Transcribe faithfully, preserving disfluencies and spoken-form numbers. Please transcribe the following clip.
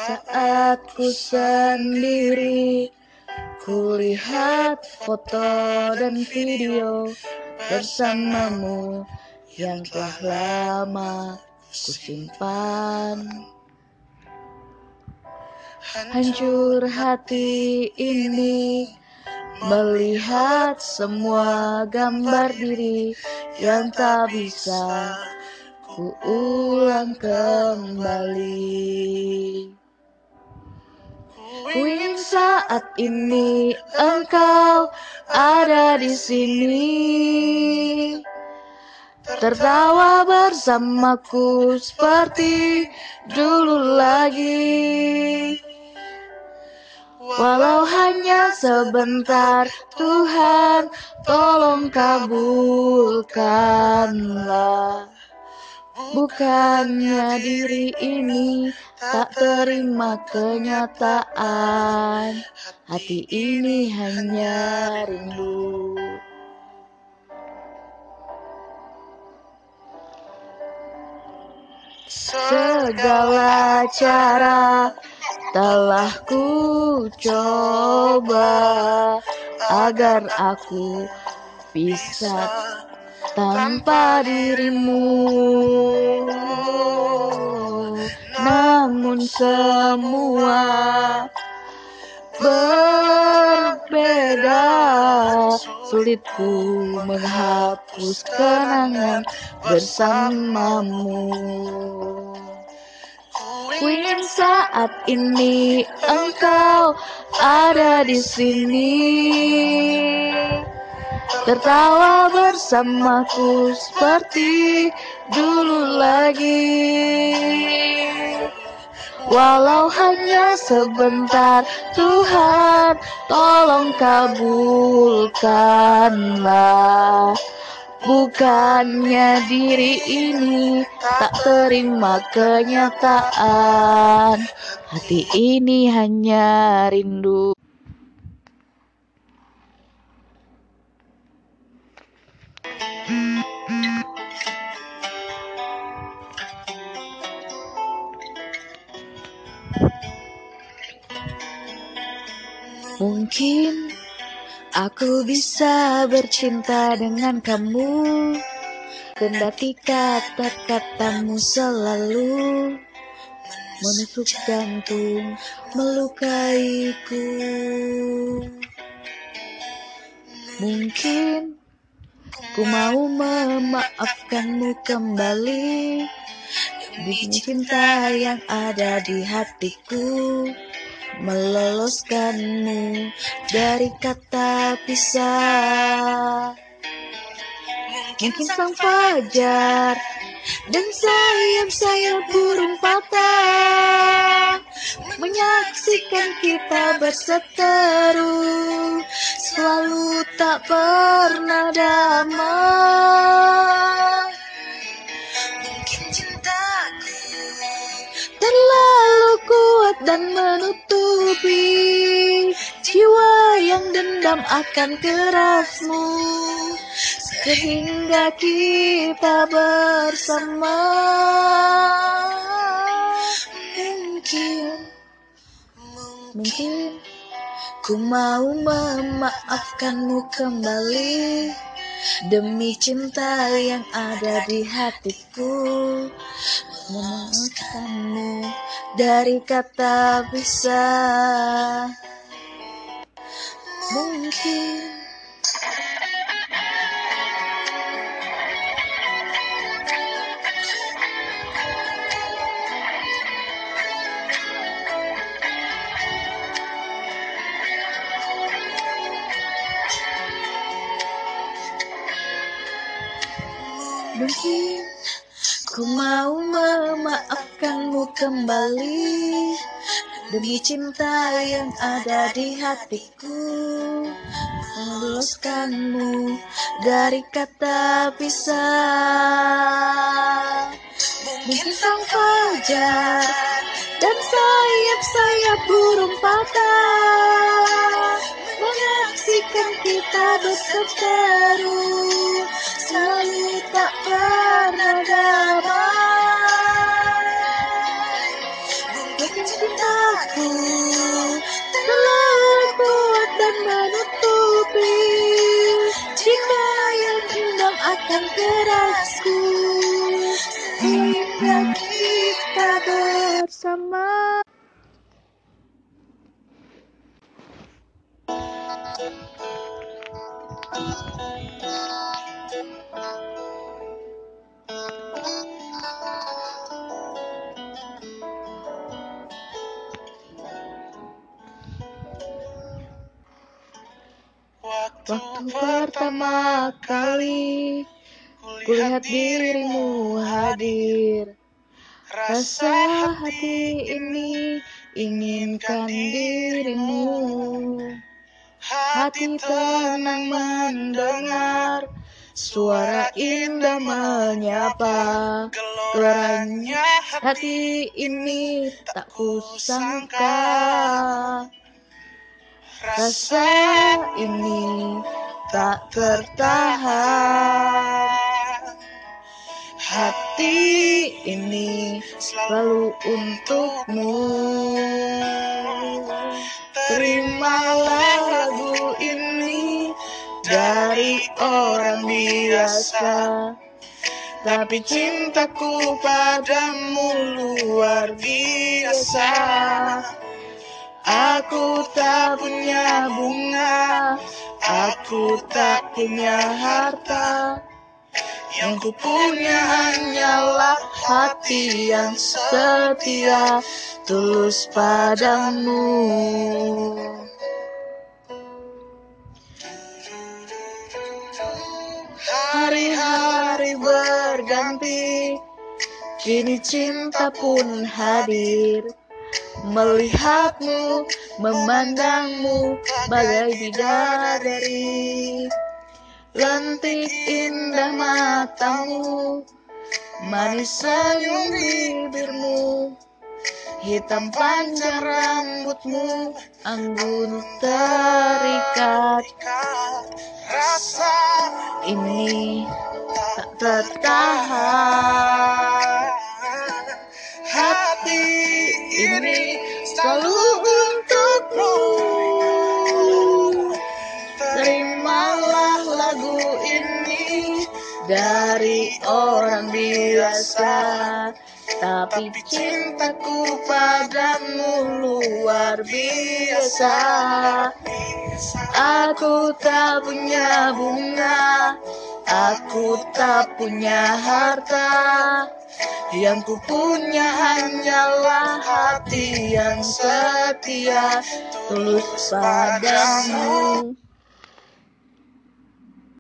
Saat ku sendiri, kulihat foto dan video bersamamu yang telah lama ku simpan. Hancur hati ini melihat semua gambar diri yang tak bisa ku ulang kembali. Ku ingin saat ini engkau ada di sini, tertawa bersamaku seperti dulu lagi. Walau hanya sebentar, Tuhan tolong kabulkanlah. Bukannya diri ini tak terima kenyataan, hati ini hanya rindu. Segala cara telah ku coba agar aku bisa tanpa dirimu, namun semua berbeda. Sulit ku menghapus kenangan bersamamu. Ku ingin saat ini engkau ada di sini, tertawa bersamaku seperti dulu lagi. Walau hanya sebentar, Tuhan tolong kabulkanlah. Bukannya diri ini tak terima kenyataan, hati ini hanya rindu. Mungkin aku bisa bercinta dengan kamu, kendati kata-katamu selalu menusuk jantung, melukaiku. Mungkin ku mau memaafkanmu kembali demi cinta yang ada di hatiku, meloloskanmu dari kata pisah. Mungkin sang fajar dan sayap-sayap burung patah menyaksikan kita berseteru, selalu tak pernah damai. Mungkin cintaku terlalu kuat dan menutupi jiwa yang dendam akan kerasmu, sehingga kita bersama. Mungkin, mungkin ku mau memaafkanmu kembali demi cinta yang ada di hatiku, melepaskanmu dari kata pisah. Mungkin Mungkin ku mau memaafkanmu kembali demi cinta yang ada di hatiku, meloloskanmu dari kata pisah. Mungkin sang fajar dan sayap-sayap burung patah menyaksikan kita berseteru, selalu tak pernah damai. Mungkin cinta Aku telah kuat dan menutupi jika yang dendam akan kerasku, hingga kita bersama. Waktu pertama kali kulihat dirimu hadir, rasa hati ini inginkan dirimu. Hati tenang mendengar suara indah menyapa, geloranya hati ini tak kusangka. Rasa ini tak tertahan, hati ini selalu untukmu. Terimalah lagu ini dari orang biasa, tapi cintaku padamu luar biasa. Aku tak punya bunga, aku tak punya harta, yang ku punya hanyalah hati yang setia, tulus padamu. Hari-hari berganti, kini cinta pun hadir. Melihatmu, memandangmu bagai bidadari. Lentik indah matamu, manis senyum bibirmu, hitam panjang rambutmu, anggun terikat. Rasa ini tak tertahan, hati ini selalu untukmu. Terimalah lagu ini dari orang biasa, tapi cintaku padamu luar biasa. Aku tak punya bunga, aku tak punya harta, yang ku punya hanyalah hati yang setia, tulus padamu.